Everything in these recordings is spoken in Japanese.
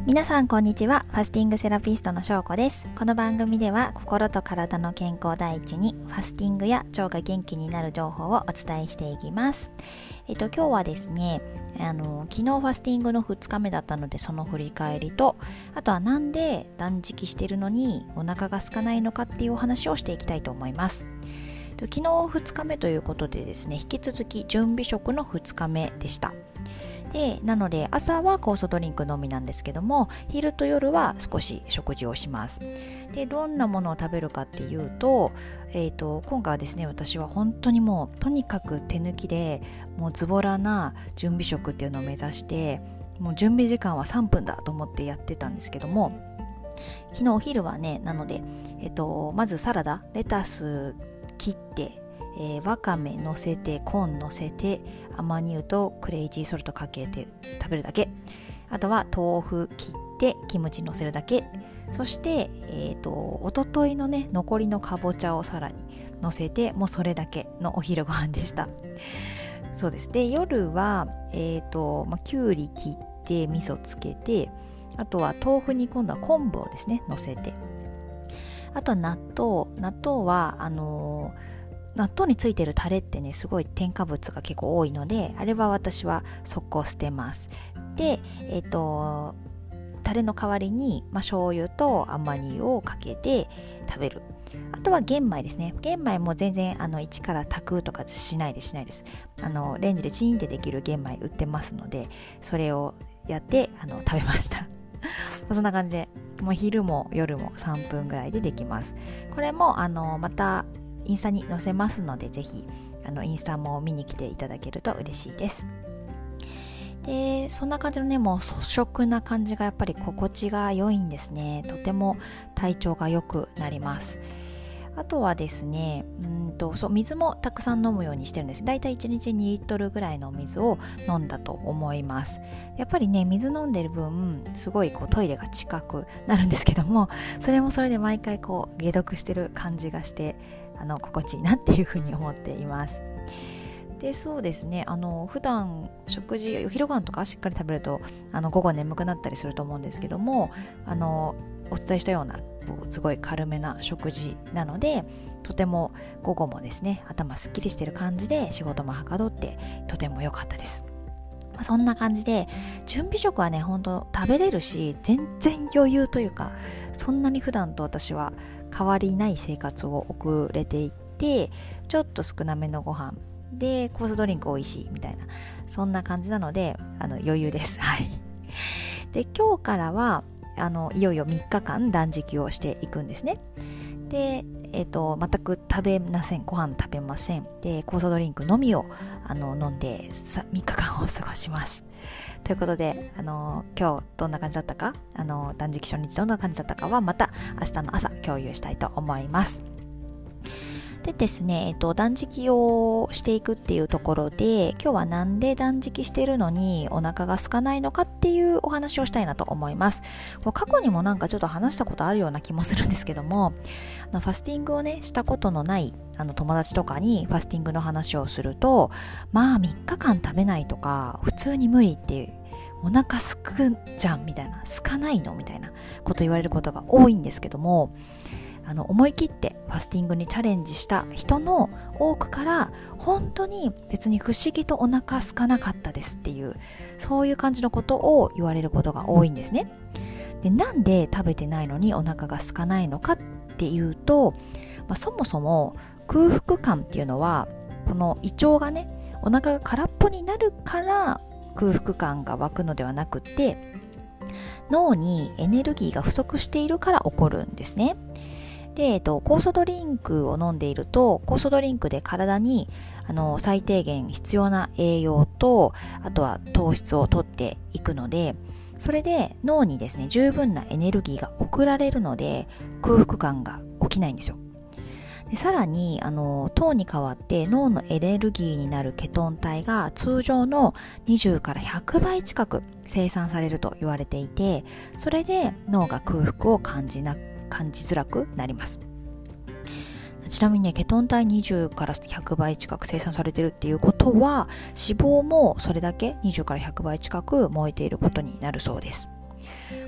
皆さんこんにちは。ファスティングセラピストのしょうこです。この番組では心と体の健康第一にファスティングや腸が元気になる情報をお伝えしていきます。今日はですね、昨日ファスティングの2日目だったのでその振り返りと、あとはなんで断食しているのにお腹が空かないのかっていうお話をしていきたいと思います。昨日2日目ということでですね、引き続き準備食の2日目でした。でなので朝は酵素ドリンクのみなんですけども、昼と夜は少し食事をします。でどんなものを食べるかっていうと、今回はですね、私は本当にもうとにかく手抜きでもうズボラな準備食っていうのを目指して、もう準備時間は3分だと思ってやってたんですけども、昨日お昼はね、なので、まずサラダ、レタス切ってわかめ乗せて、コーン乗せて、アマニ油とクレイジーソルトかけて食べるだけ。あとは豆腐切ってキムチ乗せるだけ。そして、おとといのね残りのかぼちゃをさらに乗せて、もうそれだけのお昼ご飯でした。そうです。で夜はきゅうり切って味噌つけて、あとは豆腐に今度は昆布をですね乗せて、あとは納豆は納豆についてるタレってね、すごい添加物が結構多いので、あれは私は速攻捨てます。で、タレの代わりに、醤油とアマニ油をかけて食べる。あとは玄米ですね。玄米も全然一から炊くとかしないです。レンジでチーンってできる玄米売ってますので、それをやって食べました。そんな感じで、もう昼も夜も3分ぐらいでできます。これもまたインスタに載せますので、ぜひインスタも見に来ていただけると嬉しいです。でそんな感じのね、もう粗食な感じがやっぱり心地が良いんですね。とても体調が良くなります。あとはですね、水もたくさん飲むようにしてるんです。だいたい1日2リットルぐらいの水を飲んだと思います。やっぱりね、水飲んでる分すごいトイレが近くなるんですけども、それもそれで毎回解毒してる感じがして心地いいなっていうふうに思っています。でそうですね、普段食事、お昼ご飯とかしっかり食べると午後眠くなったりすると思うんですけども、お伝えしたようなすごい軽めな食事なので、とても午後もですね、頭すっきりしてる感じで仕事もはかどってとても良かったです。そんな感じで準備食はね、本当食べれるし、全然余裕というか、そんなに普段と私は変わりない生活を送れていて、ちょっと少なめのご飯でコースドリンク美味しいみたいな、そんな感じなので余裕です。はい。で今日からはいよいよ3日間断食をしていくんですね。で全くご飯食べません。で酵素ドリンクのみを飲んで3日間を過ごします。ということで今日どんな感じだったか、断食初日どんな感じだったかはまた明日の朝共有したいと思います。でですね、断食をしていくっていうところで、今日はなんで断食しているのにお腹が空かないのかっていうお話をしたいなと思います。過去にもなんかちょっと話したことあるような気もするんですけども、ファスティングをねしたことのない友達とかにファスティングの話をすると、3日間食べないとか普通に無理っていう、お腹すくじゃんみたいな、すかないのみたいなこと言われることが多いんですけども、思い切ってファスティングにチャレンジした人の多くから、本当に別に不思議とお腹空かなかったですっていう、そういう感じのことを言われることが多いんですね。でなんで食べてないのにお腹が空かないのかっていうと、そもそも空腹感っていうのは、この胃腸がね、お腹が空っぽになるから空腹感が湧くのではなくて、脳にエネルギーが不足しているから起こるんですね。で、酵素ドリンクを飲んでいると、酵素ドリンクで体に最低限必要な栄養と、あとは糖質を取っていくので、それで脳にですね、十分なエネルギーが送られるので、空腹感が起きないんですよ。でさらに糖に代わって脳のエネルギーになるケトン体が通常の20から100倍近く生産されると言われていて、それで脳が空腹を感じづらくなります。ちなみにね、ケトン体20から100倍近く生産されているっていうことは、脂肪もそれだけ20から100倍近く燃えていることになるそうです。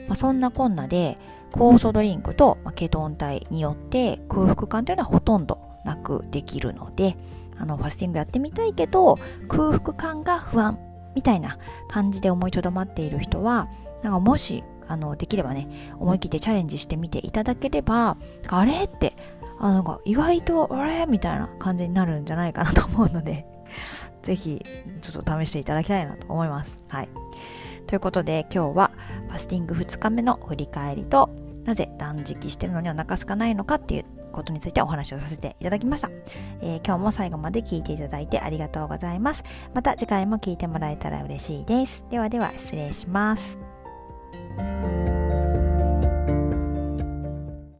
そんなこんなで酵素ドリンクとケトン体によって空腹感というのはほとんどなくできるので、ファスティングやってみたいけど空腹感が不安みたいな感じで思いとどまっている人は、もしできればね、思い切ってチャレンジしてみていただければ、あれって意外とあれみたいな感じになるんじゃないかなと思うのでぜひちょっと試していただきたいなと思います。はい。ということで今日はファスティング2日目の振り返りと、なぜ断食してるのにお腹空かないのかっていうことについてお話をさせていただきました。今日も最後まで聞いていただいてありがとうございます。また次回も聞いてもらえたら嬉しいです。ではでは失礼します。